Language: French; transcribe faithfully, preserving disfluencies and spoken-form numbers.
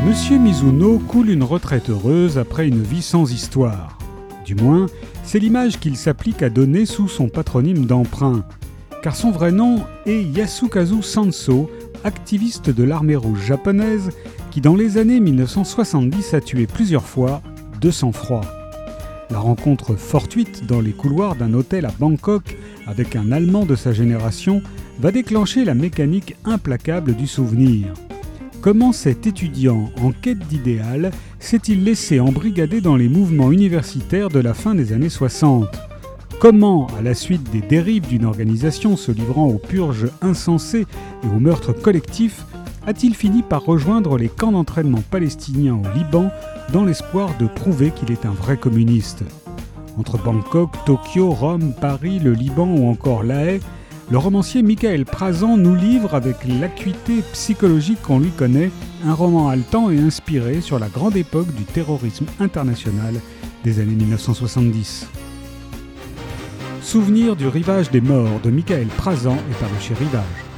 Monsieur Mizuno coule une retraite heureuse après une vie sans histoire. Du moins, c'est l'image qu'il s'applique à donner sous son patronyme d'emprunt. Car son vrai nom est Yasukazu Sanso, activiste de l'armée rouge japonaise qui dans les années mille neuf cent soixante-dix a tué plusieurs fois de sang-froid. La rencontre fortuite dans les couloirs d'un hôtel à Bangkok avec un Allemand de sa génération va déclencher la mécanique implacable du souvenir. Comment cet étudiant en quête d'idéal s'est-il laissé embrigader dans les mouvements universitaires de la fin des années soixante ? Comment, à la suite des dérives d'une organisation se livrant aux purges insensées et aux meurtres collectifs, a-t-il fini par rejoindre les camps d'entraînement palestiniens au Liban dans l'espoir de prouver qu'il est un vrai communiste ? Entre Bangkok, Tokyo, Rome, Paris, le Liban ou encore La Haye, le romancier Michael Prazan nous livre avec l'acuité psychologique qu'on lui connaît un roman haletant et inspiré sur la grande époque du terrorisme international des années mille neuf cent soixante-dix. Souvenir du rivage des morts de Michael Prazan est paru chez Rivage.